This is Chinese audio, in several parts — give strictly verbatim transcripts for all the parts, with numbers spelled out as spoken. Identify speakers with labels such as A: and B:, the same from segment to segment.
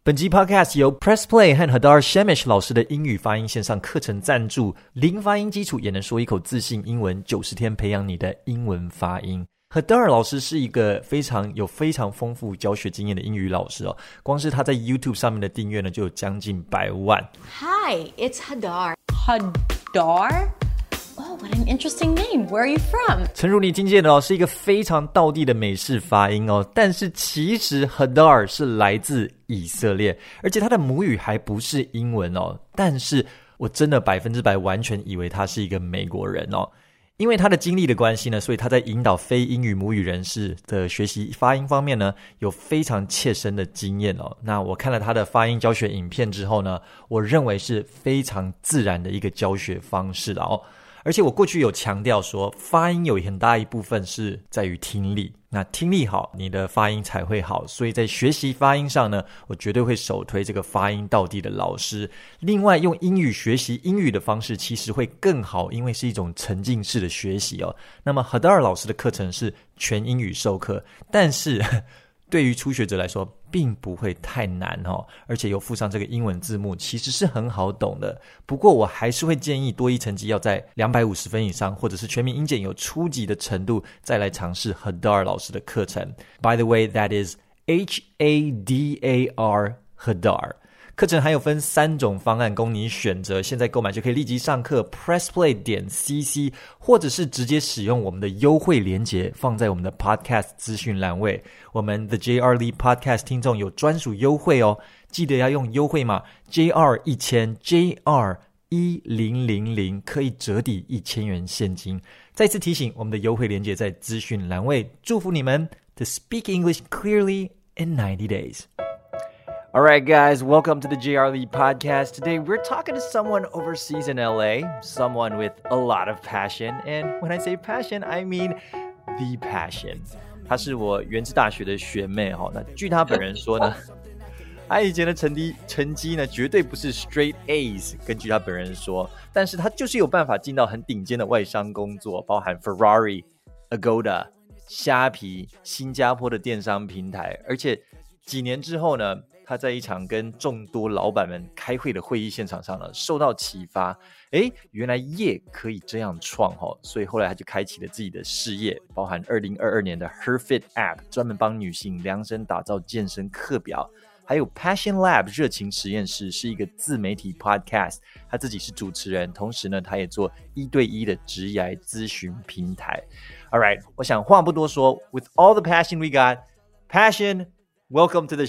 A: 本集 Podcast 由 Press Play 和 Hadar Shemish 老师的英语发音线上课程赞助，零发音基础也能说一口自信英文，九十天培养你的英文发音。Hadar 老师是一个非常有非常丰富教学经验的英语老师哦，光是他在 YouTube 上面的订阅呢就有将近百万。
B: Hi, it's Hadar. Hadar?Oh, what an interesting name. Where are you from?
A: 诚如你听见的哦，是一个非常道地的美式发音哦，但是其实 Hadar 是来自以色列，而且他的母语还不是英文哦，但是我真的百分之百完全以为他是一个美国人哦。因为他的经历的关系呢，所以他在引导非英语母语人士的学习发音方面呢，有非常切身的经验哦。那我看了他的发音教学影片之后呢，我认为是非常自然的一个教学方式了哦。而且我过去有强调说，发音有很大一部分是在于听力，那听力好，你的发音才会好，所以在学习发音上呢，我绝对会首推这个发音道地的老师。另外，用英语学习英语的方式其实会更好，因为是一种沉浸式的学习哦。那么 Hadar 老师的课程是全英语授课，但是对于初学者来说并不会太难哦，而且有附上这个英文字幕，其实是很好懂的。不过我还是会建议多益成绩要在两百五十分以上，或者是全民英检有初级的程度，再来尝试 Hadar 老师的课程。 By the way, that is H A D A R Hadar。课程还有分三种方案供你选择，现在购买就可以立即上课 pressplay 点 C C， 或者是直接使用我们的优惠连结放在我们的 podcast 资讯栏位。我们的 J R Lee Podcast 听众有专属优惠哦，记得要用优惠码 J R 一千 J R 一零零零，可以折抵一千元现金。再次提醒，我们的优惠连结在资讯栏位。祝福你们 to speak English clearly in ninety days。All right, guys, welcome to the J R Lee Podcast. Today, we're talking to someone overseas in L A, someone with a lot of passion. And when I say passion, I mean the passion. 她是我原治大学的学妹哈，那据她本人说呢，她以前的成绩成绩呢绝对不是 straight A's， 根据她本人说，但是她就是有办法进到很顶尖的外商工作，包含 Ferrari、Agoda、虾皮、新加坡的电商平台，而且几年之后呢，他在一场跟众多老板们开会的会议现场上呢，受到启发，诶，原来业可以这样创齁，所以后来他就开启了自己的事业，包含二零二二年的 HerFit App， 专门帮女性量身打造健身课表，还有 Passion Lab 热情实验室是一个自媒体 podcast， 他自己是主持人，同时呢，他也做一对一的职涯咨询平台。All right， 我想话不多说 ，With all the passion we got, Passion, welcome to the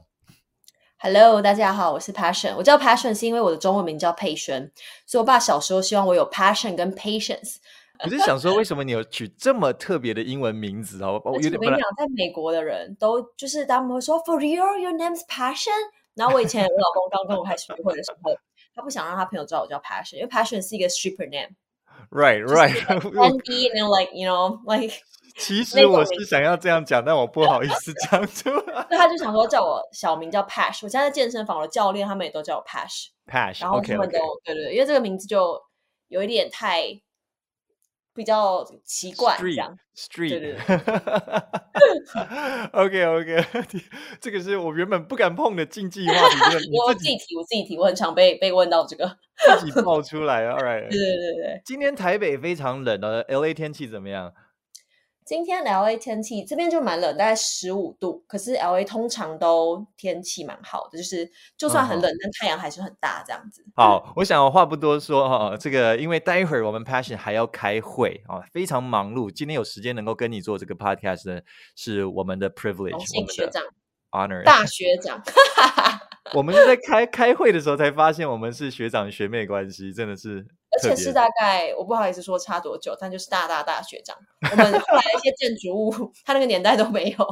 A: show.Hello，
B: 大家好，我是 Passion。我叫 Passion 是因为我的中文名叫佩轩，所以我爸小时候希望我有 Passion 跟 Patience。
A: 我就想说，为什么你有取这么特别的英文名字啊？
B: 我跟你讲，在美国的人都就是他们会说 For real, your name's Passion。然后我以前我老公刚跟我开始约会的时候，他不想让他朋友知道我叫 Passion， 因为 Passion 是一个 stripper name。Right,
A: right.
B: N D and like you know like。
A: 其实我是想要这样讲，但我不好意思讲出来。
B: 那他就想说叫我小名叫 Pash， 我现在在健身房，我的教练他们也都叫我
A: Pash。Pash，
B: 然后他们都
A: okay, okay.
B: 对对，因为这个名字就有一点太比较奇怪，这样
A: Street，
B: 对对对。
A: OK OK， 这个是我原本不敢碰的禁忌话题。
B: 我自己提，我自己提，我很常被被问到这个，
A: 自己爆出来。All right，
B: 对对对对。今
A: 天台北非常冷哦 ，L A 天气怎么样？
B: 今天 L A 天气这边就蛮冷，大概十五度，可是 L A 通常都天气蛮好的，就是就算很冷，嗯、但太阳还是很大这样子。
A: 好，我想我话不多说哈，这个因为待会儿我们 Passion 还要开会啊，非常忙碌。今天有时间能够跟你做这个 podcast 呢，是我们的 privilege，
B: 荣幸学长
A: honor
B: 大学长。
A: 我们是在开开会的时候才发现我们是学长学妹关系，真的是。
B: 而且是大概我不好意思说差多久，但就是大大大学长。我们后来一些建筑物，他那个年代都没有。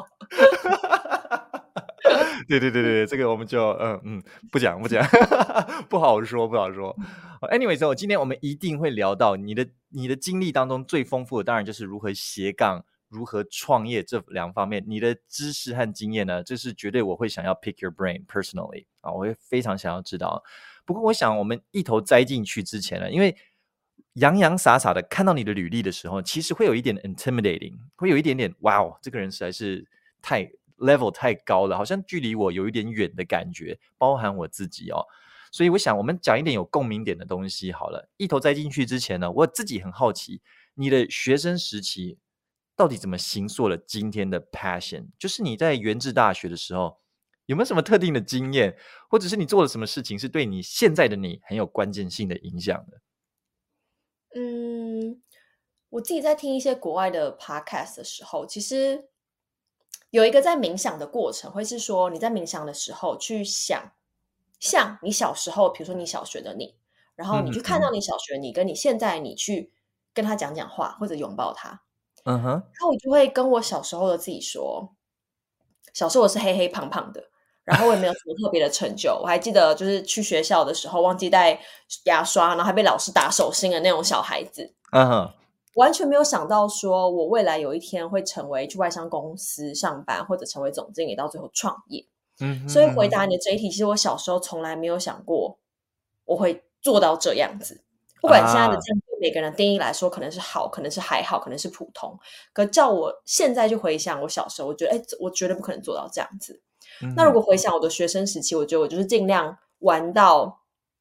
A: 对对对对，这个我们就嗯嗯不讲不讲，不好说不好说。Anyway， 今天我们一定会聊到你的你的经历当中最丰富的，当然就是如何斜杠、如何创业这两方面。你的知识和经验呢，这是绝对我会想要 pick your brain personally 啊，我会非常想要知道。不过我想我们一头栽进去之前呢，因为洋洋洒洒的看到你的履历的时候，其实会有一点 intimidating， 会有一点点哇哦，这个人实在是太 level 太高了，好像距离我有一点远的感觉，包含我自己哦。所以我想我们讲一点有共鸣点的东西好了。一头栽进去之前呢，我自己很好奇你的学生时期到底怎么形塑了今天的 passion， 就是你在元智大学的时候有没有什么特定的经验，或者是你做了什么事情是对你现在的你很有关键性的影响的？
B: 嗯，我自己在听一些国外的 podcast 的时候，其实有一个在冥想的过程，会是说你在冥想的时候去想，像你小时候，比如说你小学的你，然后你去看到你小学的你，跟你现在你去跟他讲讲话，或者拥抱他。
A: 嗯哼，
B: 然后我就会跟我小时候的自己说，小时候我是黑黑胖胖的，然后我也没有什么特别的成就。我还记得就是去学校的时候忘记带牙刷，然后还被老师打手心的那种小孩子。
A: 嗯哼，
B: 完全没有想到说我未来有一天会成为去外商公司上班，或者成为总经理，到最后创业。
A: 嗯哼，
B: 所以回答你的这一题，其实我小时候从来没有想过我会做到这样子。不管现在的这样对每个人的定义来说，可能是好，可能是还好，可能是普通。可叫我现在就回想我小时候，我觉得，哎，我绝对不可能做到这样子。
A: 嗯、
B: 那如果回想我的学生时期，我觉得我就是尽量玩到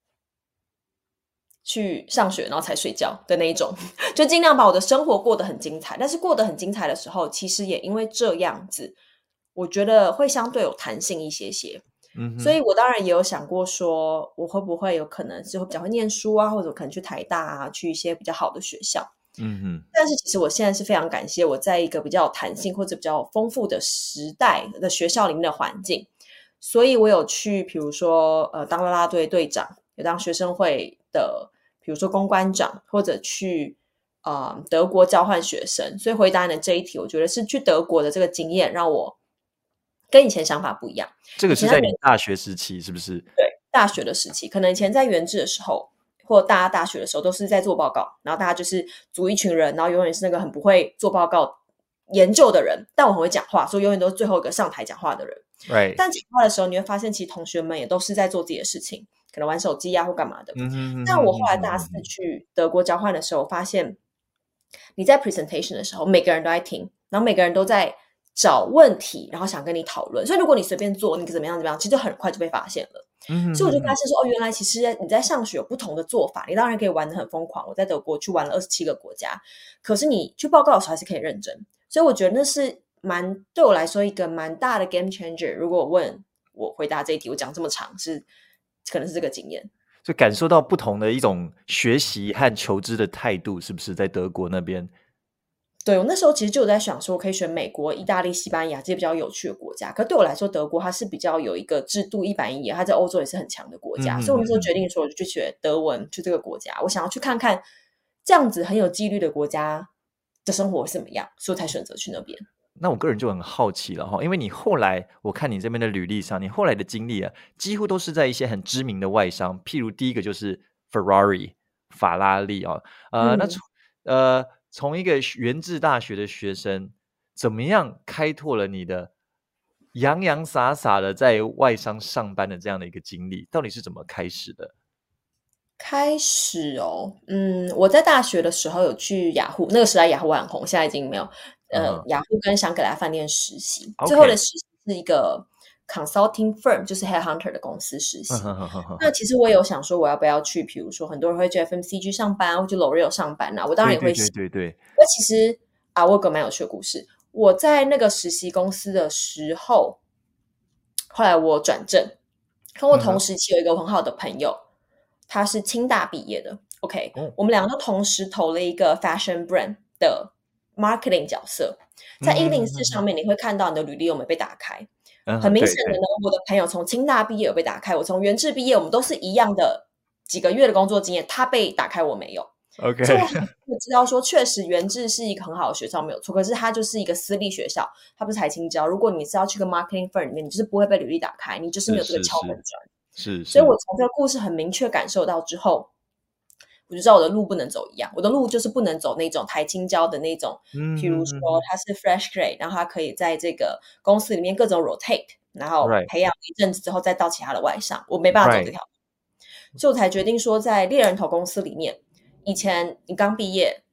B: 去上学，然后才睡觉的那一种，就尽量把我的生活过得很精彩。但是过得很精彩的时候，其实也因为这样子，我觉得会相对有弹性一些些。
A: 嗯哼，
B: 所以我当然也有想过说，我会不会有可能是会比较会念书啊，或者可能去台大啊，去一些比较好的学校。
A: 嗯哼，
B: 但是其实我现在是非常感谢我在一个比较有弹性或者比较丰富的时代的学校里面的环境，所以我有去比如说呃当啦啦队队长，有当学生会的比如说公关长，或者去呃德国交换学生。所以回答你的这一题，我觉得是去德国的这个经验让我跟以前想法不一样。
A: 这个是在你大学时期是不是？
B: 对，大学的时期，可能以前在元智的时候，或大家大学的时候，都是在做报告，然后大家就是组一群人，然后永远是那个很不会做报告研究的人，但我很会讲话，所以永远都是最后一个上台讲话的人。
A: Right.
B: 但讲话的时候，你会发现，其实同学们也都是在做自己的事情，可能玩手机啊或干嘛的。
A: 嗯哼哼，
B: 但我后来大四去德国交换的时候，发现你在 presentation 的时候，每个人都在听，然后每个人都在找问题，然后想跟你讨论。所以如果你随便做，你怎么样怎么样，其实就很快就被发现了。
A: 嗯，
B: 所以我就发现说，哦，原来其实你在上学有不同的做法。你当然可以玩得很疯狂，我在德国去玩了二十七个国家，可是你去报告的时候还是可以认真。所以我觉得那是蛮对我来说一个蛮大的 game changer。如果我问我回答这一题，我讲这么长，是可能是这个经验。
A: 就感受到不同的一种学习和求知的态度，是不是在德国那边？
B: 对，我那时候其实就有在想说，可以选美国、意大利、西班牙这些比较有趣的国家。可对我来说，德国它是比较有一个制度一板一眼，它在欧洲也是很强的国家。嗯、所以我那时候决定说，我就去学德文，去这个国家。我想要去看看这样子很有纪律的国家的生活是怎么样，所以我才选择去那边。
A: 那我个人就很好奇了哈，因为你后来我看你这边的履历上，你后来的经历啊，几乎都是在一些很知名的外商，譬如第一个就是 Ferrari 法拉利啊、哦，呃，嗯、那呃从一个元智大学的学生，怎么样开拓了你的洋洋洒洒的在外商上班的这样的一个经历，到底是怎么开始的？
B: 开始哦，嗯，我在大学的时候有去雅虎，那个时代雅虎很红，现在已经没有。呃，嗯、雅虎跟香格莱饭店实习， Okay. 最后的实习是一个 consulting firm， 就是 headhunter 的公司实习。那其实我有想说，我要不要去，比如说很多人会去 F M C G 上班，或去 L'Oreal 上班啊，我当然也会想。
A: 对对对对。
B: 那其实啊，我有个蛮有趣的故事。我在那个实习公司的时候，后来我转正，跟我同时期有一个很好的朋友。嗯，他是清大毕业的 ，OK，、哦、我们两个都同时投了一个 fashion brand 的 marketing 角色，在一零四上面你会看到你的履历有没有被打开，嗯、很明显的呢，我的朋友从清大毕业有被打开，我从元智毕业，我们都是一样的几个月的工作经验，他被打开我没有
A: ，OK，
B: 所以我知道说确实元智是一个很好的学校没有错，可是它就是一个私立学校，它不是台清交，如果你是要去个 marketing firm 里面，你就是不会被履历打开，你就是没有这个敲门砖。
A: 是，
B: 所以我从这个故事很明确感受到之后，我就知道我的路不能走一样，我的路就是不能走那种台清交的那种，嗯、譬如说他是 fresh grade， 然后他可以在这个公司里面各种 rotate， 然后培养一阵子之后再到其他的外商，我没办法走这条路， Right. 所以我才决定说在猎人头公司里面，以前你刚毕业，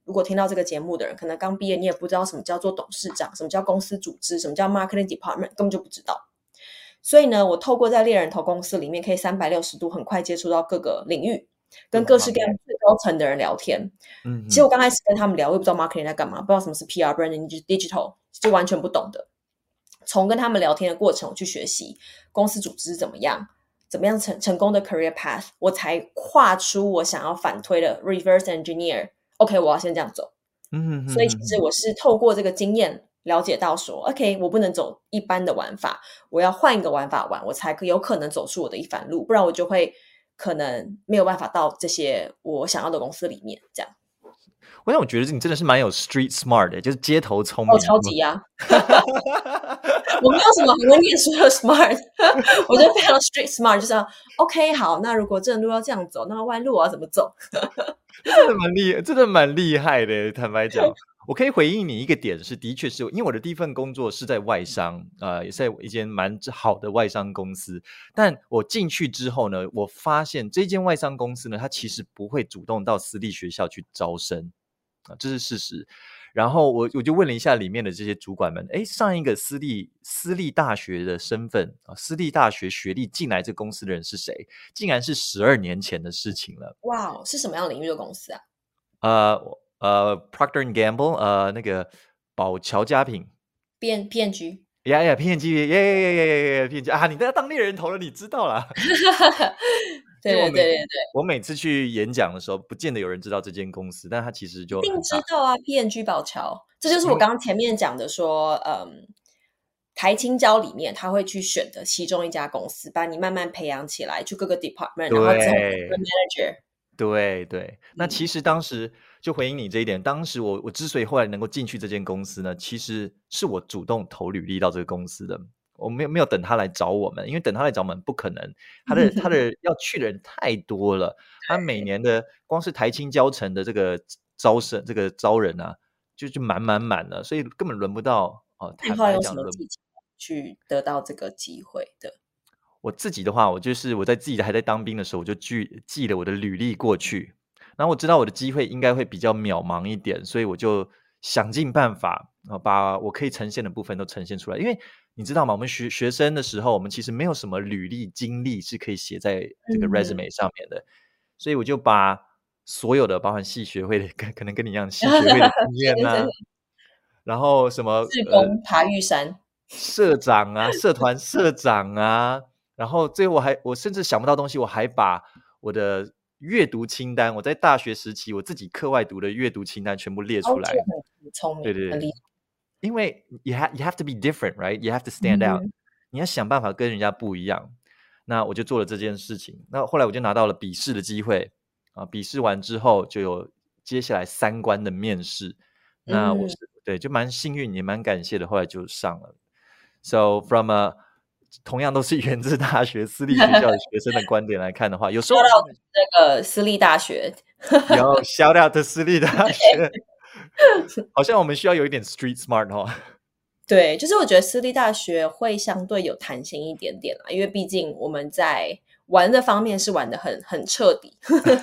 B: 如果听到这个节目的人，可能刚毕业，你也不知道什么叫做董事长，什么叫公司组织，什么叫 marketing department， 根本就不知道。所以呢，我透过在猎人头公司里面，可以三百六十度很快接触到各个领域，跟各式各样最高层的人聊天。嗯，其实我刚开始跟他们聊，我也不知道 marketing 在干嘛，不知道什么是 P R branding digital， 就完全不懂的。从跟他们聊天的过程，我去学习公司组织是怎么样，怎么样成成功的 career path， 我才跨出我想要反推的 reverse engineer。OK， 我要先这样走。嗯，所以其实我是透过这个经验了解到说 OK， 我不能走一般的玩法，我要换一个玩法玩，我才有可能走出我的一番路，不然我就会可能没有办法到这些我想要的公司里面这样。
A: 我想我觉得你真的是蛮有 street smart 的，就是街头聪明。
B: 哦，超级啊我没有什么很会念书的 smart 我觉得非常 street smart， 就是要 OK 好，那如果这路要这样走，那弯路我要怎么走
A: 真的蛮厉害，真的蛮厉害的。坦白讲，我可以回应你一个点是，的确是因为我的第一份工作是在外商，呃，也是在一间蛮好的外商公司。但我进去之后呢，我发现这间外商公司呢，它其实不会主动到私立学校去招生啊，这是事实。然后我我就问了一下里面的这些主管们，哎，上一个私立私立大学的身份啊，私立大学学历进来这公司的人是谁？竟然是十二年前的事情了。
B: 哇，是什么样领域的公司啊？
A: 呃呃 ，Procter and Gamble， 呃，那个宝乔家品
B: ，P N G，
A: 呀呀 ，P N G， 耶耶耶耶耶 ，P N G 啊，你都要当猎人头了，你知道啦。
B: 对对对对对，
A: 我每次去演讲的时候，不见得有人知道这间公司，但他其实就
B: 一定知道啊 ，P N G 宝乔，这就是我刚刚前面讲的说，嗯，台清交里面他会去选的其中一家公司，把你慢慢培养起来，去各个 department， 然后之后 manager。
A: 对对，那其实当时就回应你这一点，当时我我之所以后来能够进去这间公司呢，其实是我主动投履历到这个公司的。我没有没有等他来找我们，因为等他来找我们不可能，他的他的要去的人太多了，他每年的光是台清交城的这个招生这个招人啊，就就满满满了，所以根本轮不到哦。坦白讲，
B: 有什么技巧去得到这个机会的？
A: 我自己的话，我就是我在自己还在当兵的时候，我就寄寄了我的履历过去，然后我知道我的机会应该会比较渺茫一点，所以我就想尽办法啊，把我可以呈现的部分都呈现出来。因为你知道吗？我们学学生的时候，我们其实没有什么履历经历是可以写在这个 resume 上面的，嗯、所以我就把所有的，包含系学会的，可能跟你一样系学会的经验啊，然后什么
B: 志工爬玉山、
A: 社长啊、社团社长啊，然后最后我还我甚至想不到东西，我还把我的阅读清单，我在大学时期我自己课外读的阅读清单全部列出来。
B: 哦、很聪明，
A: 对对对，因为 you have you have to be different, right? You have to stand out、嗯。你要想办法跟人家不一样。那我就做了这件事情。那后来我就拿到了笔试的机会啊，笔试完之后就有接下来三关的面试。那我是、嗯、对，就蛮幸运，也蛮感谢的，后来就上了。So from a 同样都是源自大学私立学校的学生的观点来看的话，有时候
B: 那个私立大学
A: 有 shout out 的私立大学。好像我们需要有一点 street smart 哦。
B: 对，就是我觉得私立大学会相对有弹性一点点啦，因为毕竟我们在玩的方面是玩的很很彻底。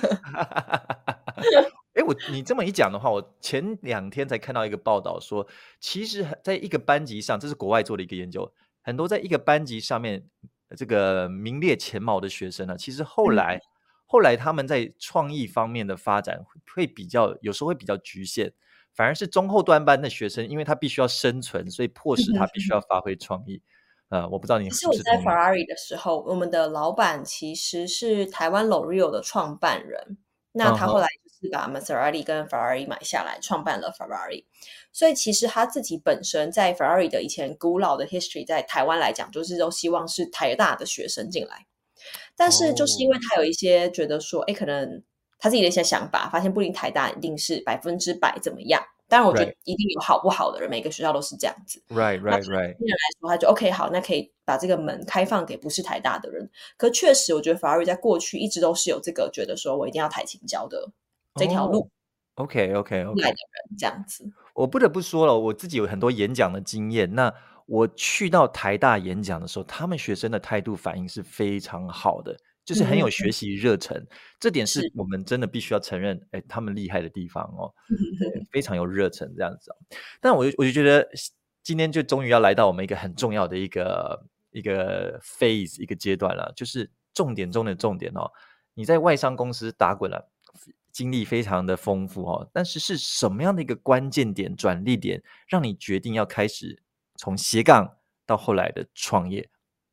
A: 哎，我你这么一讲的话，我前两天才看到一个报道说，其实在一个班级上，这是国外做的一个研究，很多在一个班级上面这个名列前茅的学生呢，其实后来、嗯、后来他们在创意方面的发展会比较，有时候会比较局限。反而是中后段班的学生，因为他必须要生存，所以迫使他必须要发挥创意。呃，我不知道你是不是。
B: 其实我在 Ferrari 的时候，我们的老板其实是台湾 L'Oreal 的创办人，那他后来就是把 Maserati 跟 Ferrari 买下来，创办了 Ferrari。所以其实他自己本身在 Ferrari 的以前古老的 history， 在台湾来讲，就是都希望是台大的学生进来。但是就是因为他有一些觉得说，哎，可能他自己的一些想法，发现不一定台大一定是百分之百怎么样。当然我觉得一定有好不好的人， right. 每个学校都是这样子。
A: Right, right, right.
B: 那对人来说，他就 OK 好，那可以把这个门开放给不是台大的人。可确实，我觉得 Ferrari 在过去一直都是有这个觉得说我一定要台清交的这条路。
A: Oh, OK, OK, OK.
B: 来的人这样子。
A: 我不得不说了，我自己有很多演讲的经验。那我去到台大演讲的时候，他们学生的态度反应是非常好的。 就是很有
B: 嗯
A: 学习热忱，这点是
B: 是
A: 我们真的必须要承认，哎，他们厉害的地方哦，对，非常有热忱这样子哦。但我就我就觉得今天就终于要来到我们一个很重要的一个一个 phase 一个阶段了，就是重点中的重点哦。你在外商公司打滚了，经历非常的丰富哦，但是是什么样的一个关键点、转捩点，让你决定要开始从斜杠到后来的创业？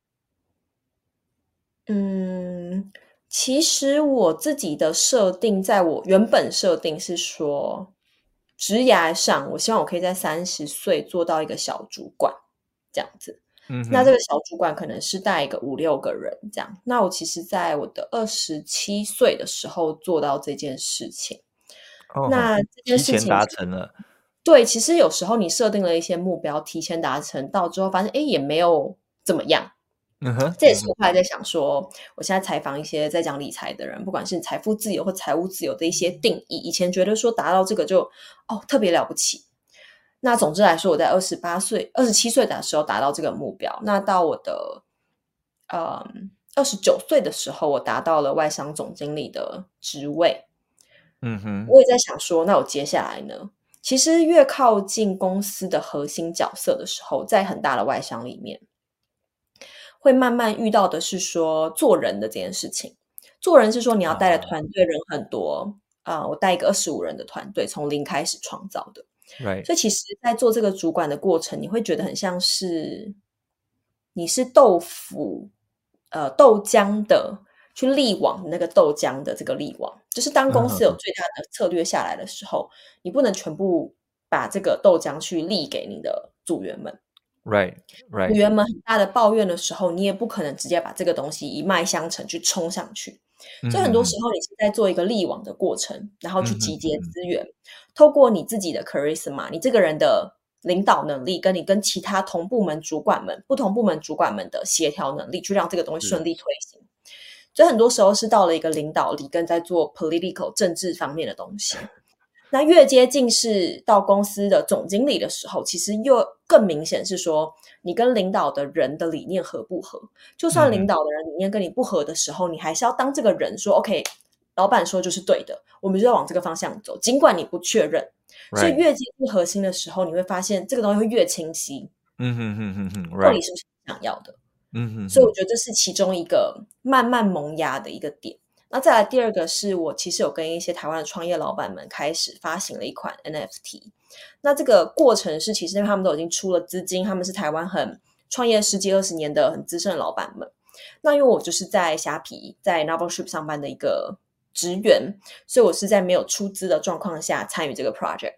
B: 嗯，其实我自己的设定，在我原本设定是说，职涯上，我希望我可以在三十岁做到一个小主管这样子。
A: 嗯哼，
B: 那这个小主管可能是带一个五六个人这样。那我其实在我的二十七岁的时候做到这件事情。
A: 哦吼，
B: 那这件
A: 提前
B: 事情
A: 达成了，
B: 对，其实有时候你设定了一些目标，提前达成到之后，发现诶也没有怎么样。
A: 嗯哼，
B: 这也
A: 嗯哼，
B: 是我后来在想说，我现在采访一些在讲理财的人，不管是财富自由或财务自由的一些定义，以前觉得说达到这个就哦特别了不起。那总之来说，我在二十八岁、二十七岁的时候达到这个目标。那到我的呃二十九岁的时候，我达到了外商总经理的职位。
A: 嗯哼，
B: 我也在想说，那我接下来呢？其实越靠近公司的核心角色的时候，在很大的外商里面，会慢慢遇到的是说做人的这件事情。做人是说你要带的
A: 啊
B: 团队人很多啊、呃我带一个二十五人的团队，从零开始创造的。
A: ，right，
B: 所以其实在做这个主管的过程，你会觉得很像是你是豆腐呃豆浆的去力网那个豆浆的这个力网，就是当公司有
A: 嗯哼
B: 最大的策略下来的时候，你不能全部把这个豆浆去力给你的组员们。组
A: ，right，right，
B: 员们很大的抱怨的时候，你也不可能直接把这个东西一脉相承去冲上去。所以很多时
A: 嗯哼哼，
B: 候你是在做一个力网的过程，然后去
A: 嗯哼
B: 集结
A: 嗯哼
B: 资源，透过你自己的 charisma，你这个人的领导能力，跟你跟其他同部门主管们、不同部门主管们的协调能力，去让这个东西顺利推行。所以很多时候是到了一个领导力，跟在做 political 政治方面的东西。那越接近是到公司的总经理的时候，其实又更明显是说，你跟领导的人的理念合不合。就算领导的人理念跟你不合的时候，你还是要当这个人说 OK， 老板说就是对的，我们就要往这个方向走，尽管你不确认。所以
A: ，right，
B: 越接近核心的时候，你会发现这个东西会越清晰，
A: 嗯哼哼哼哼，right，
B: 到底是不是你想要的。
A: 嗯哼哼，
B: 所以我觉得这是其中一个慢慢萌芽的一个点。那再来第二个是我其实有跟一些台湾的创业老板们开始发行了一款 N F T。那这个过程是其实因为他们都已经出了资金，他们是台湾很创业十几二十年的很资深的老板们。那因为我就是在虾皮在 Novelship 上班的一个职员，所以我是在没有出资的状况下参与这个 project。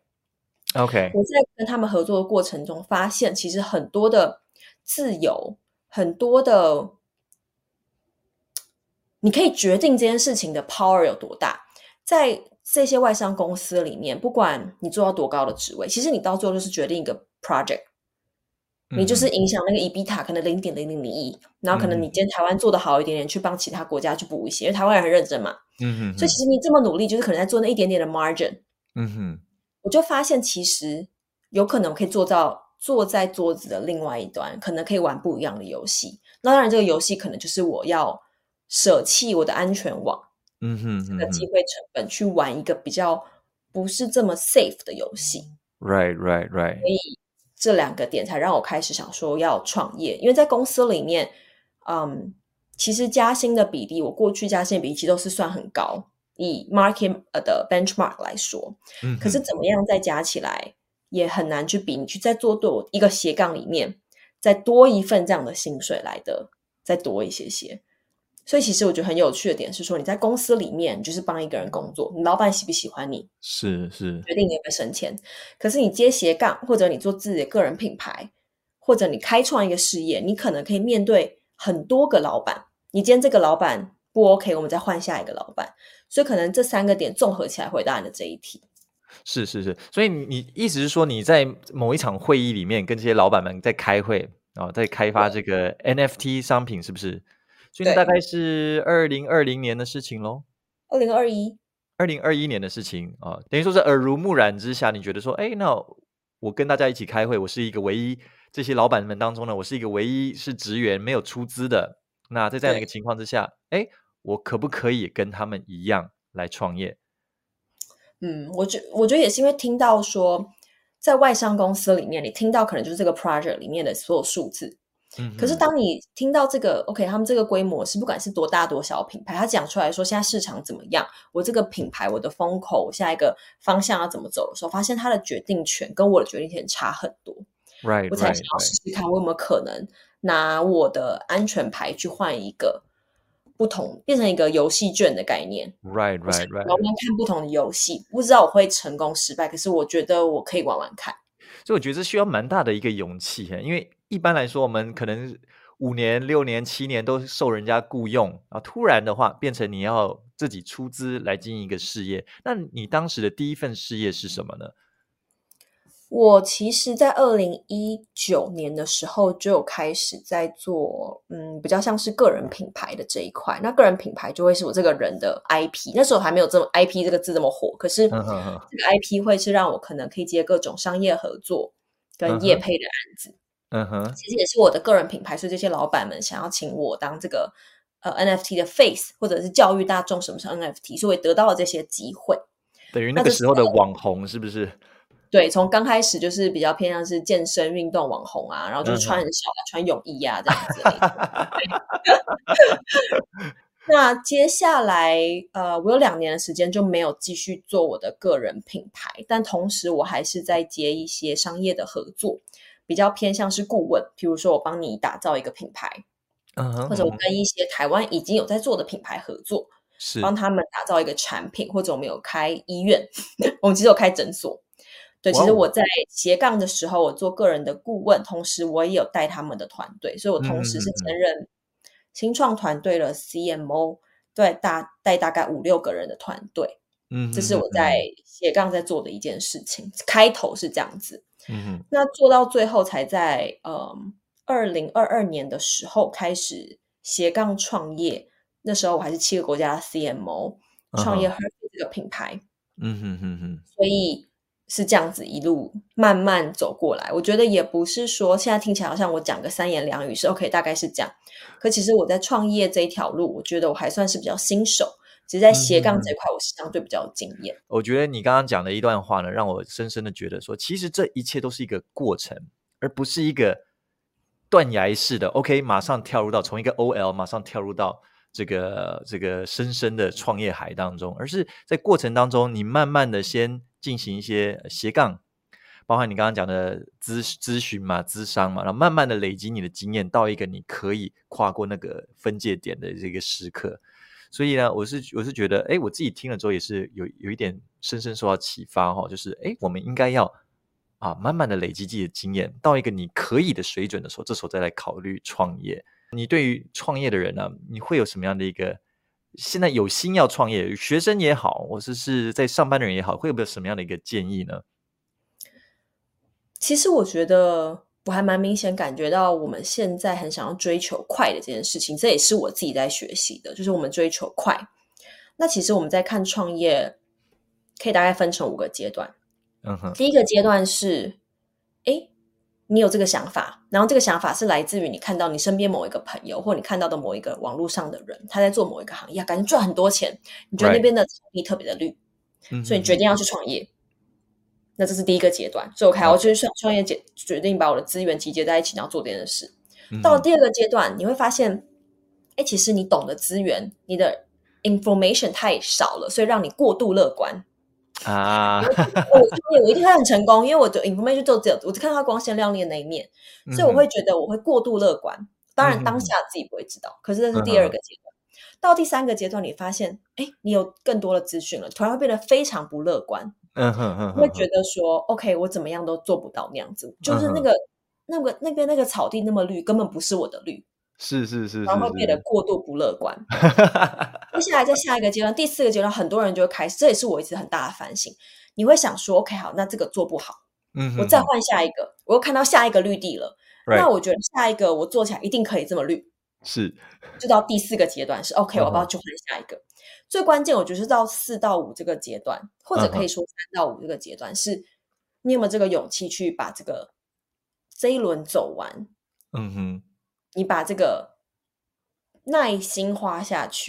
A: OK，
B: 我在跟他们合作的过程中发现，其实很多的自由，很多的你可以决定这件事情的 power 有多大。在这些外商公司里面，不管你做到多高的职位，其实你到最后就是决定一个 project，你就是影响那个 EBITDA 可能零点零零零一，然后可能你今天台湾做得好一点点，去帮其他国家去补一些，因为台湾人很认真嘛。
A: 嗯哼哼，
B: 所以其实你这么努力，就是可能在做那一点点的 margin。
A: 嗯哼，
B: 我就发现其实有可能可以做到坐在桌子的另外一端，可能可以玩不一样的游戏。那当然这个游戏可能就是我要舍弃我的安全网，
A: 嗯哼哼
B: 这个机会成本去玩一个比较不是这么 safe 的游戏。
A: ，right right right，
B: 所以这两个点才让我开始想说要创业。因为在公司里面嗯，其实加薪的比例，我过去加薪的比例其实都是算很高，以 market 的 benchmark 来说，
A: 嗯哼，
B: 可是怎么样再加起来也很难去比，你去再做多一个斜杠里面再多一份这样的薪水来的再多一些些。所以其实我觉得很有趣的点是说，你在公司里面你就是帮一个人工作，你老板喜不喜欢你
A: 是是，
B: 决定你有没有升迁。可是你接斜杠，或者你做自己的个人品牌，或者你开创一个事业，你可能可以面对很多个老板，你今天这个老板不 OK， 我们再换下一个老板。所以可能这三个点综合起来回答你的这一题。
A: 是是是，所以你意思是说你在某一场会议里面跟这些老板们在开会哦，在开发这个 N F T 商品，是不是？所以那大概是二零二零年的事情咯。
B: 二零二一
A: 二零二一年的事情啊、哦，等于说是耳濡目染之下，你觉得说，哎，那我跟大家一起开会，我是一个唯一这些老板们当中呢，我是一个唯一是职员没有出资的。那在这样的一个情况之下，哎， 我可不可以跟他们一样来创业？
B: 嗯，我觉我觉得也是因为听到说，在外商公司里面，你听到可能就是这个 project 里面的所有数字。
A: 嗯哼，
B: 可是当你听到这个 OK 他们这个规模是不管是多大多小品牌，他讲出来说现在市场怎么样，我这个品牌我的风口下一个方向要怎么走的时候，发现他的决定权跟我的决定权差很多。
A: right,
B: 我才
A: right,
B: 想要
A: right.
B: 试试看我有没有可能拿我的安全牌去换一个不同，变成一个游戏券的概念。
A: Right,
B: 我想
A: right, right.
B: 玩玩看不同的游戏，不知道我会成功失败，可是我觉得我可以玩玩看。
A: 所以我觉得这需要蛮大的一个勇气，因为一般来说我们可能五年六年七年都受人家雇佣啊，突然的话变成你要自己出资来经营一个事业，那你当时的第一份事业是什么呢？
B: 我其实在二零一九年的时候就有开始在做嗯，比较像是个人品牌的这一块。那个人品牌就会是我这个人的 I P， 那时候还没有这么 I P 这个字这么火，可是这个 I P 会是让我可能可以接各种商业合作跟业配的案子。
A: 嗯哼，
B: 其实也是我的个人品牌，所以这些老板们想要请我当这个呃 N F T 的 face， 或者是教育大众什么是 N F T， 所以我得到了这些机会。
A: 等于那个时候的网红是不是？
B: 对，从刚开始就是比较偏向是健身运动网红啊，然后就是穿很少啊，穿泳衣啊这样子那接下来呃，我有两年的时间就没有继续做我的个人品牌，但同时我还是在接一些商业的合作，比较偏向是顾问，比如说我帮你打造一个品牌，
A: 嗯，
B: 或者我跟一些台湾已经有在做的品牌合作，
A: 是
B: 帮他们打造一个产品，或者我们有开医院我们其实有开诊所。对，其实我在斜杠的时候，我做个人的顾问，同时我也有带他们的团队，所以我同时是兼任新创团队的 C M O， 对，大带大概五六个人的团队。嗯，这是我在斜杠在做的一件事情。开头是这样子，嗯，那做到最后才在嗯二零二二年的时候开始斜杠创业。那时候我还是七个国家的 C M O， 创业 Hervey 这个品牌。嗯哼哼哼，所以是这样子一路慢慢走过来。我觉得也不是说现在听起来好像我讲个三言两语是 OK， 大概是这样。可其实我在创业这一条路，我觉得我还算是比较新手，其实在斜杠这一块我是相对比较有经验。
A: 我觉得你刚刚讲的一段话呢，让我深深的觉得说，其实这一切都是一个过程，而不是一个断崖式的 OK 马上跳入到从一个 O L 马上跳入到这个这个深深的创业海当中，而是在过程当中你慢慢的先进行一些斜杠，包含你刚刚讲的咨咨询嘛、咨商嘛，然后慢慢的累积你的经验到一个你可以跨过那个分界点的这个时刻。所以呢，我是我是觉得，哎，我自己听了之后也是有有一点深深受到启发哈、哦，就是哎，我们应该要啊慢慢的累积自己的经验，到一个你可以的水准的时候，这时候再来考虑创业。你对于创业的人呢、啊，你会有什么样的一个？现在有心要创业，学生也好，或者是在上班的人也好，会有没有什么样的一个建议呢？
B: 其实我觉得我还蛮明显感觉到我们现在很想要追求快的这件事情，这也是我自己在学习的，就是我们追求快。那其实我们在看创业可以大概分成五个阶段。嗯哼，第一个阶段是诶你有这个想法，然后这个想法是来自于你看到你身边某一个朋友，或你看到的某一个网络上的人，他在做某一个行业，感觉赚很多钱，你觉得那边的草地特别的绿， right. 所以你决定要去创业。那这是第一个阶段，所以我开我就是创业决决定把我的资源集结在一起，然后做这件事。到了第二个阶段，你会发现，哎，其实你懂的资源，你的 information 太少了，所以让你过度乐观啊。我创业我一定会很成功，因为我的 information 就只有我只看到它光鲜亮丽的那一面，所以我会觉得我会过度乐观。当然当下自己不会知道，可是这是第二个阶段。到第三个阶段，你发现，哎，你有更多的资讯了，突然会变得非常不乐观。嗯哼哼，会觉得说 OK 我怎么样都做不到那样子，就是那个那个那边那个草地那么绿，根本不是我的绿，
A: 是是是，
B: 然后会变得过度不乐观。接下来在下一个阶段，第四个阶段，很多人就会开始，这也是我一直很大的反省。你会想说 OK 好，那这个做不好，嗯，我再换下一个，我又看到下一个绿地了， right. 那我觉得下一个我做起来一定可以这么绿，
A: 是，
B: 就到第四个阶段是 OK， 我要不要去换下一个？最关键我觉得是到四到五这个阶段，或者可以说三到五这个阶段，是你有没有这个勇气去把这个这一轮走完？嗯哼，你把这个耐心花下去，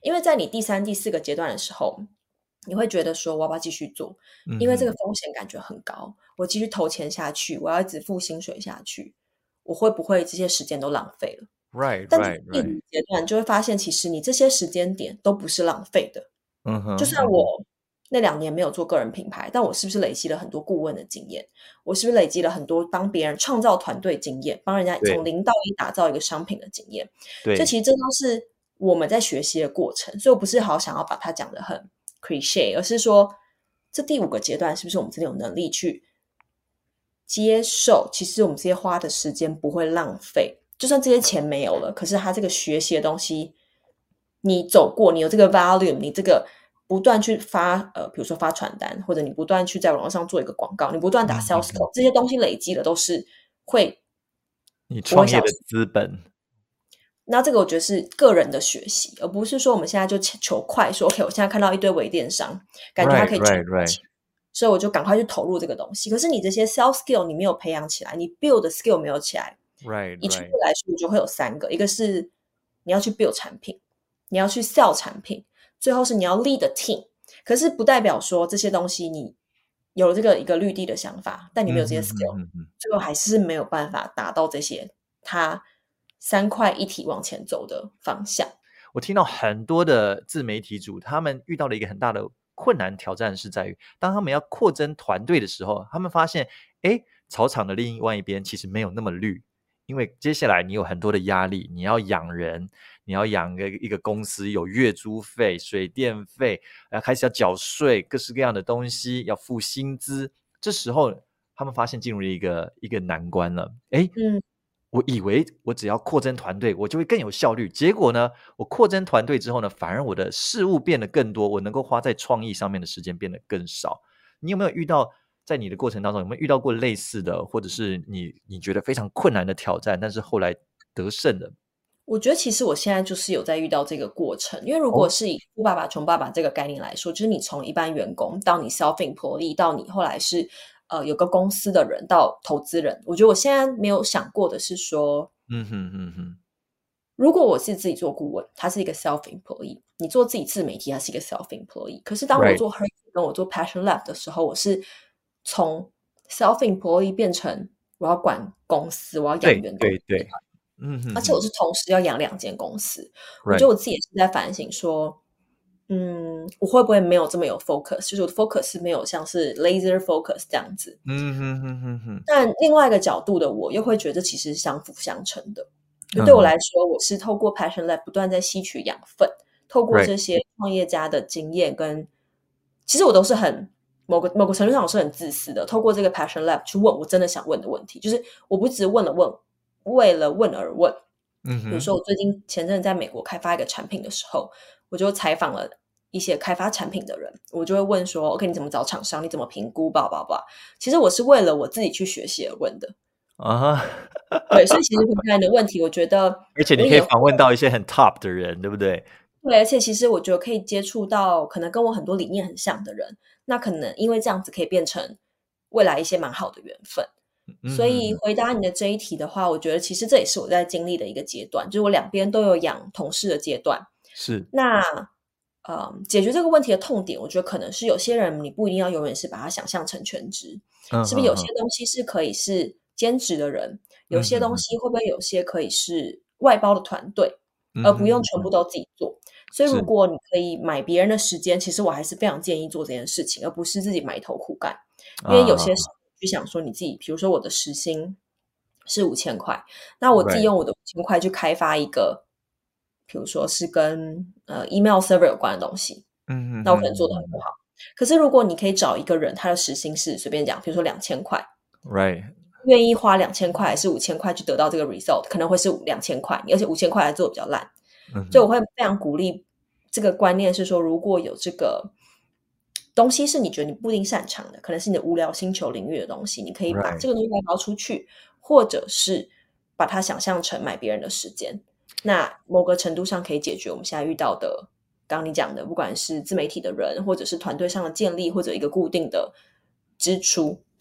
B: 因为在你第三、第四个阶段的时候，你会觉得说我要不要继续做？因为这个风险感觉很高，我继续投钱下去，我要一直付薪水下去，我会不会这些时间都浪费了？
A: Right,
B: 但
A: right,
B: 是第
A: right.
B: 五阶段就会发现，其实你这些时间点都不是浪费的。
A: 嗯哼，
B: 就算我那两年没有做个人品牌，但我是不是累积了很多顾问的经验？我是不是累积了很多帮别人创造团队经验，帮人家从零到一打造一个商品的经验？
A: 对，
B: 所以其实这都是我们在学习的过程。所以我不是好想要把它讲得很 cliché， 而是说这第五个阶段是不是我们真的有能力去接受，其实我们这些花的时间不会浪费，就算这些钱没有了，可是它这个学习的东西你走过，你有这个 volume， 你这个不断去发呃，比如说发传单，或者你不断去在网络上做一个广告，你不断打 sales call，、嗯、这些东西累积的都是会
A: 你创业的资本。
B: 那这个我觉得是个人的学习，而不是说我们现在就求快，说 OK， 我现在看到一堆微电商，感觉它可以赚钱， right, right, right. 所以我就赶快去投入这个东西。可是你这些 sales skill 你没有培养起来，你 build 的 skill 没有起来，
A: right, right.
B: 以全部来说就会有三个，一个是你要去 build 产品，你要去 sell 产品，最后是你要 lead the team。可是不代表说这些东西你有了这个一个绿地的想法，但你没有这些 skill，、嗯嗯嗯、最后还是没有办法达到这些它三块一体往前走的方向。
A: 我听到很多的自媒体主，他们遇到了一个很大的困难挑战，是在于当他们要扩增团队的时候，他们发现诶草场的另外一边其实没有那么绿，因为接下来你有很多的压力，你要养人，你要养一个一个公司，有月租费、水电费，要开始要缴税，各式各样的东西要付薪资。这时候他们发现进入了一个一个难关了。诶嗯我以为我只要扩增团队我就会更有效率，结果呢我扩增团队之后呢，反而我的事务变得更多，我能够花在创意上面的时间变得更少。你有没有遇到在你的过程当中有没有遇到过类似的，或者是你你觉得非常困难的挑战，但是后来得胜的？
B: 我觉得其实我现在就是有在遇到这个过程，因为如果是以富爸爸穷爸爸这个概念来说、哦、就是你从一般员工到你 self-employed 到你后来是呃，有个公司的人到投资人，我觉得我现在没有想过的是说，
A: 嗯哼哼哼，
B: 如果我是自己做顾问，他是一个 self-employed， 你做自己自媒体，他是一个 self-employed。可是当我做 Her 跟我做 Passion Lab 的时候，我是从 self-employed 变成我要管公司，我要养员工，
A: 对对对，嗯哼哼，
B: 而且我是同时要养两间公司。我觉得我自己也是在反省说。嗯，我会不会没有这么有 focus， 就是我的 focus 没有像是 laser focus 这样子。
A: 嗯哼哼哼哼。
B: 但另外一个角度的我又会觉得其实是相辅相成的。就对我来说、嗯、我是透过 Passion Lab 不断在吸取养分，透过这些创业家的经验跟、right. 其实我都是很某个某个程度上我是很自私的，透过这个 Passion Lab 去问我真的想问的问题，就是我不只是问了问，为了问而问。嗯，比如说我最近前阵子在美国开发一个产品的时候，我就采访了一些开发产品的人，我就会问说 OK 你怎么找厂商，你怎么评估吧吧吧。其实我是为了我自己去学习而问的啊，对，所以其实回答你的问题我觉得
A: 而且你可以访问到一些很 top 的人，对不对？
B: 对，而且其实我觉得可以接触到可能跟我很多理念很像的人，那可能因为这样子可以变成未来一些蛮好的缘分。所以回答你的这一题的话，我觉得其实这也是我在经历的一个阶段，就是我两边都有养同事的阶段。
A: 是，
B: 那呃，解决这个问题的痛点，我觉得可能是有些人你不一定要永远是把它想象成全职，嗯、是不是有些东西是可以是兼职的人、嗯、有些东西会不会有些可以是外包的团队、嗯、而不用全部都自己做。所以如果你可以买别人的时间，其实我还是非常建议做这件事情，而不是自己埋头苦干。因为有些时候就想说你自己，比如说我的时薪是五千块，那我自己用我的五千块去开发一个，比如说是跟呃 email server 有关的东西，嗯，那我可能做得很不好。可是如果你可以找一个人，他的时薪是随便讲，比如说两千块
A: ，right，
B: 愿意花两千块还是五千块去得到这个 result， 可能会是两千块，而且五千块还做得比较烂，嗯，所以我会非常鼓励这个观念是说，如果有这个东西是你觉得你不一定擅长的，可能是你的无聊星球领域的东西，你可以把这个东西外包出去， right. 或者是把它想象成买别人的时间，那某个程度上可以解决我们现在遇到的刚刚你讲的不管是自媒体的人或者是团队上的建立或者一个固定的支出。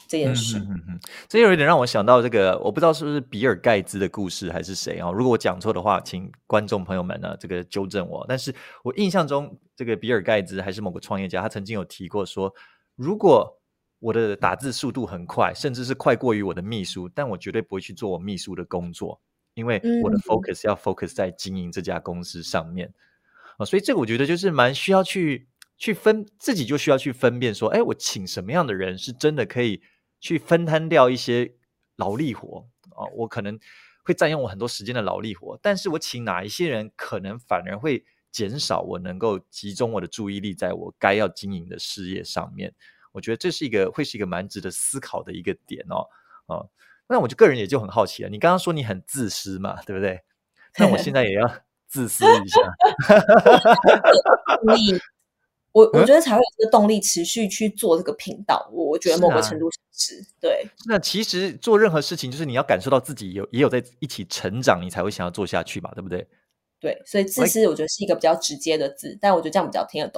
B: 这件事。
A: 嗯哼哼哼，这有一点让我想到这个，我不知道是不是比尔盖茨的故事还是谁啊？如果我讲错的话，请观众朋友们呢这个纠正我。但是我印象中，这个比尔盖茨还是某个创业家，他曾经有提过说，如果我的打字速度很快，甚至是快过于我的秘书，但我绝对不会去做我秘书的工作，因为我的 focus 要 focus 在经营这家公司上面。啊，所以这个我觉得就是蛮需要去去分，自己就需要去分辨说，哎，我请什么样的人是真的可以去分摊掉一些劳力活啊，我可能会占用我很多时间的劳力活，但是我请哪一些人可能反而会减少我能够集中我的注意力在我该要经营的事业上面。我觉得这是一个会是一个蛮值得思考的一个点哦。啊，那我就个人也就很好奇了，你刚刚说你很自私嘛，对不对？那我现在也要自私一下。
B: 你我我觉得才会有这个动力持续去做这个频道，我我觉得某个程度上是，是对。
A: 那其实做任何事情，就是你要感受到自己有也有在一起成长，你才会想要做下去嘛，对不对？
B: 对，所以自私我觉得是一个比较直接的字，但我觉得这样比较听得懂。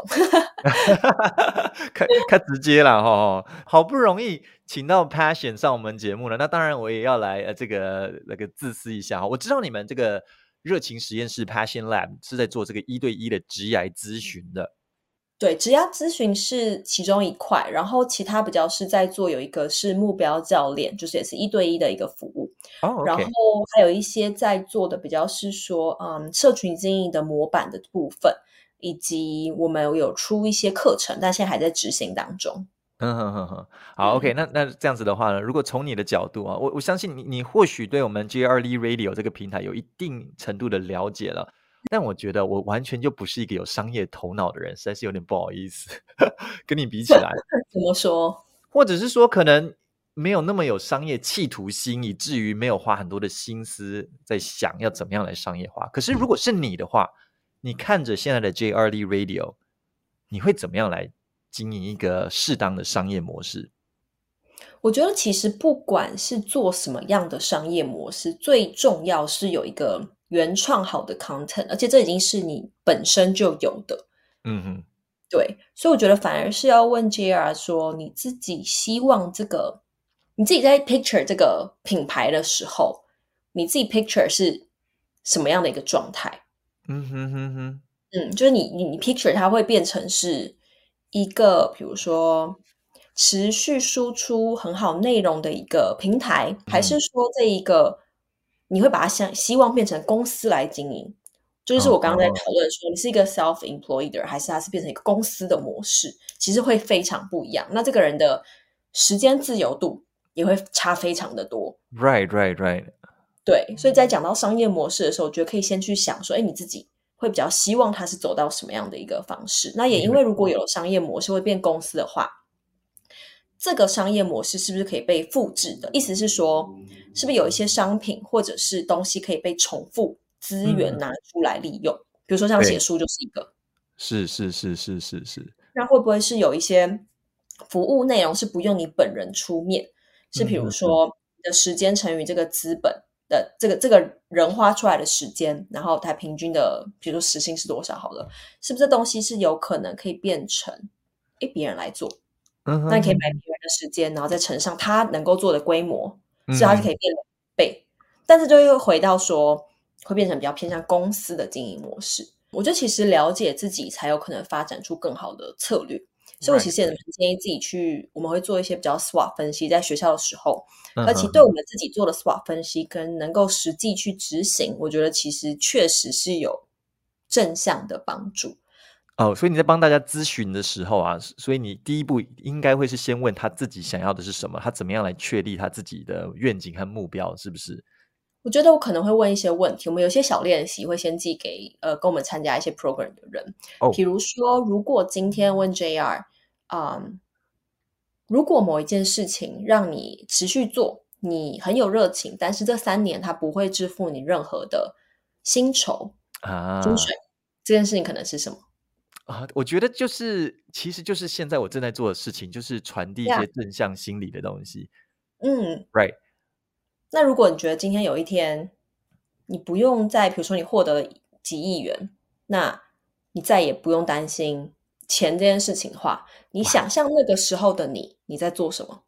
A: 看看直接啦哈，好不容易请到 Passion 上我们节目了，那当然我也要来呃这个那个自私一下哈。我知道你们这个热情实验室 Passion Lab 是在做这个一对一的职涯咨询的。
B: 对，职涯咨询是其中一块，然后其他比较是在做有一个是目标教练，就是也是一对一的一个服务。
A: 哦、oh, okay.
B: 然后还有一些在做的比较是说，嗯，社群经营的模板的部分，以及我们有出一些课程，但现在还在执行当中。
A: 嗯哼哼哼，好 ，OK，那那这样子的话呢，如果从你的角度啊，我我相信你，你或许对我们 J R L Radio 这个平台有一定程度的了解了，但我觉得我完全就不是一个有商业头脑的人，实在是有点不好意思跟你比起来。
B: 怎么说？
A: 或者是说可能没有那么有商业企图心，以至于没有花很多的心思在想要怎么样来商业化。可是如果是你的话，你看着现在的 J R L Radio， 你会怎么样来经营一个适当的商业模式？
B: 我觉得其实不管是做什么样的商业模式，最重要是有一个原创好的 content， 而且这已经是你本身就有的。
A: 嗯哼，
B: 对，所以我觉得反而是要问 J R 说，你自己希望这个，你自己在 picture 这个品牌的时候，你自己 picture 是什么样的一个状态？
A: 嗯哼哼哼，
B: 嗯，就是你你你 picture 它会变成是一个，比如说持续输出很好内容的一个平台，还是说这一个你会把它想希望变成公司来经营？就是我刚刚在讨论说，你是一个 self-employed 还是它是变成一个公司的模式，其实会非常不一样。那这个人的时间自由度也会差非常的多。
A: Right, right, right.
B: 对，所以在讲到商业模式的时候，我觉得可以先去想说，哎，你自己会比较希望它是走到什么样的一个方式？那也因为如果有商业模式会变公司的话，这个商业模式是不是可以被复制的？意思是说，是不是有一些商品或者是东西可以被重复资源拿出来利用？嗯、比如说像写书就是一个，
A: 是是是是是是。
B: 那会不会是有一些服务内容是不用你本人出面？是比如说你的时间乘以这个资本的这个这个人花出来的时间，然后它平均的，比如说时薪是多少好了，是不是这东西是有可能可以变成诶别人来做？
A: 嗯哼，
B: 那你可以买别人的时间，然后再乘上他能够做的规模，所以它就可以变两倍。但是就又回到说，会变成比较偏向公司的经营模式。我觉得其实了解自己才有可能发展出更好的策略。所以我其实也蛮建议自己去，我们会做一些比较 S W O T 分析，在学校的时候，而且对我们自己做的 S W O T 分析跟能够实际去执行，我觉得其实确实是有正向的帮助。
A: 哦，所以你在帮大家咨询的时候啊，所以你第一步应该会是先问他自己想要的是什么，他怎么样来确立他自己的愿景和目标，是不是？
B: 我觉得我可能会问一些问题，我们有些小练习会先寄给呃跟我们参加一些 program 的人，
A: 哦，
B: 比如说如果今天问 J R， 嗯，如果某一件事情让你持续做，你很有热情，但是这三年它不会支付你任何的薪酬
A: 啊，
B: 薪水，这件事情可能是什么？
A: 啊，我觉得就是，其实就是现在我正在做的事情，就是传递一些正向心理的东西。
B: 嗯
A: ，right。
B: 那如果你觉得今天有一天，你不用再，比如说你获得了几亿元，那你再也不用担心钱这件事情的话，你想象那个时候的你，你在做什么？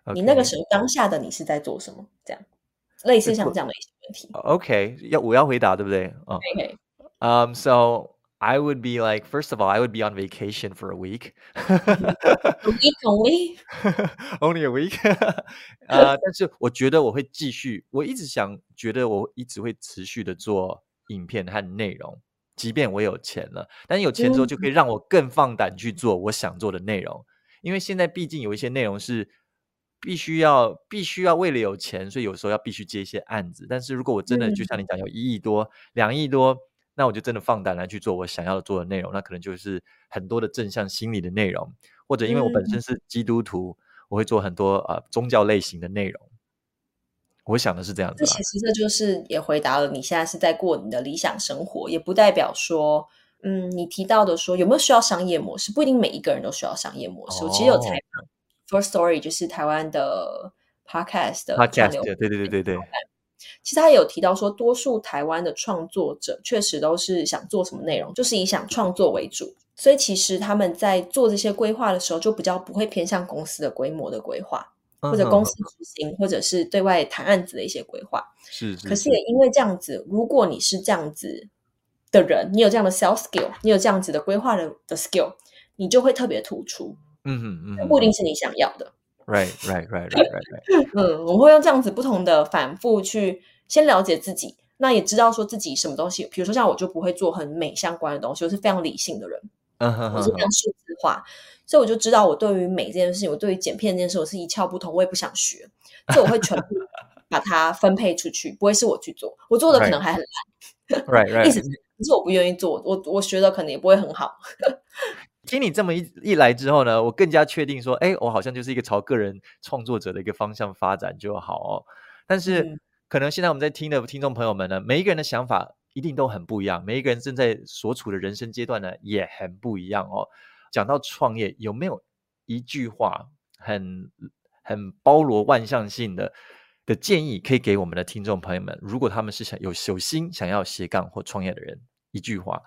A: Okay.
B: 你那个时候当下的你是在做什么？这样类似像这样的一些问题。
A: OK， 要我要回答对不对？哦、
B: okay.
A: Um, so I would be like, first of all, I would be on vacation for a week.
B: A week only?
A: Only a week. 呃，但是我觉得我会继续，我一直想，觉得我一直会持续的做影片和内容，即便我有钱了，但有钱之后就可以让我更放胆去做我想做的内容。因为现在毕竟有一些内容是必须要必须要为了有钱，所以有时候要必须接一些案子。但是如果我真的就像你讲有一亿多、两亿多，那我就真的放胆来去做我想要做的内容，那可能就是很多的正向心理的内容，或者因为我本身是基督徒，我会做很多呃宗教类型的内容。我想的是这样子啦。
B: 其实这就是也回答了你现在是在过你的理想生活，也不代表说嗯，你提到的说有没有需要商业模式，不一定每一个人都需要商业模式。哦、我其实有采访 First Story， 就是台湾的 Podcast 的串流，
A: 对对对对对。
B: 其实他也有提到说，多数台湾的创作者确实都是想做什么内容，就是以想创作为主，所以其实他们在做这些规划的时候，就比较不会偏向公司的规模的规划，或者公司执行，或者是对外谈案子的一些规划。
A: 是是。
B: 可是也因为这样子，如果你是这样子的人，你有这样的 sales skill， 你有这样子的规划的的 skill， 你就会特别突出。嗯哼嗯哼，不一定是你想要的。
A: Right, right, right, right, right, right.
B: 嗯，我们会用这样子不同的反复去先了解自己，那也知道说自己什么东西，比如说像我就不会做很美相关的东西，我是非常理性的人，嗯哼哼，我是非常数字化，所以我就知道我对于美这件事情，我对于剪片这件事我是一窍不通，我也不想学，所以我会全部把它分配出去，不会是我去做，我做的可能还很烂
A: right, right.
B: 意思是可是我不愿意做，我我学的可能也不会很好。
A: 听你这么 一, 一来之后呢，我更加确定说，哎，我好像就是一个朝个人创作者的一个方向发展就好哦。但是、嗯、可能现在我们在听的听众朋友们呢，每一个人的想法一定都很不一样，每一个人正在所处的人生阶段呢也很不一样哦。讲到创业，有没有一句话很很包罗万象性的的建议可以给我们的听众朋友们？如果他们是想有有心想要斜杠或创业的人，一句话。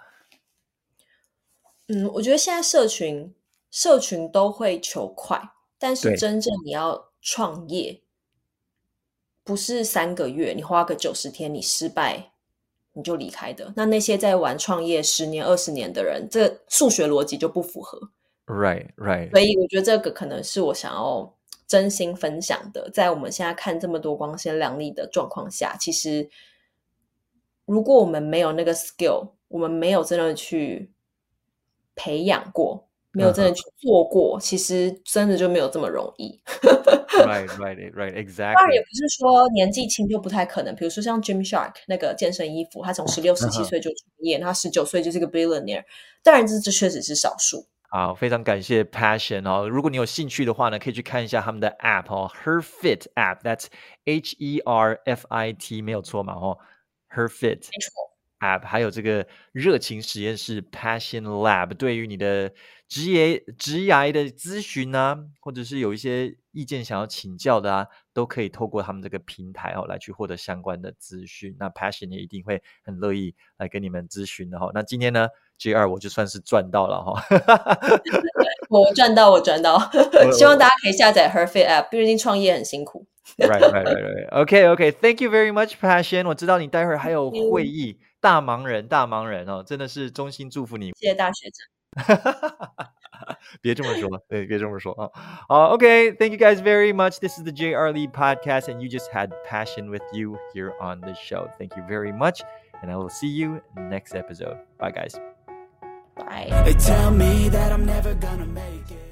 B: 嗯，我觉得现在社群社群都会求快，但是真正你要创业，不是三个月你花个九十天你失败你就离开的。那那些在玩创业十年二十年的人，这数学逻辑就不符合。
A: Right, right.
B: 所以我觉得这个可能是我想要真心分享的。在我们现在看这么多光鲜亮丽的状况下，其实如果我们没有那个 skill， 我们没有真的去培养过，没有真的去做过、uh-huh. 其实真的就没有这么容易。
A: Right, right, right, exactly.
B: 当然也不是说年纪轻就不太可能，比如说像 Gymshark 那个健身衣服，他从十六、十七岁就创业， uh-huh. 他十九岁就是个 billionaire。当然这这确实是少数。
A: 好，非常感谢 Passion 哦。如果你有兴趣的话呢，可以去看一下他们的 App 哦 ，HerFit App，That's H E R F I T， 没有错嘛哦 ，HerFit App， 还有这个热情实验室 Passion Lab， 对于你的职业职涯的咨询啊，或者是有一些意见想要请教的啊，都可以透过他们这个平台哦来去获得相关的资讯。那 Passion 也一定会很乐意来跟你们咨询的哦。那今天呢 J 二 我就算是赚到了哈、哦，
B: 我赚到我赚到，希望大家可以下载 HerFit App， 毕竟创业很辛苦。
A: right, right, right, right. OK, OK. Thank you very much, Passion. 我知道你待会儿还有会议，大忙人，大忙人哦，真的是衷心祝福你。
B: 谢谢大学长。
A: 别这么说，对，别这么说啊。好 ，OK. Thank you guys very much. This is the J R Lee podcast, and you just had Passion with you here on the show. Thank you very much, and I will see you next episode. Bye, guys.
B: Bye.
C: They tell me that I'm never gonna make it.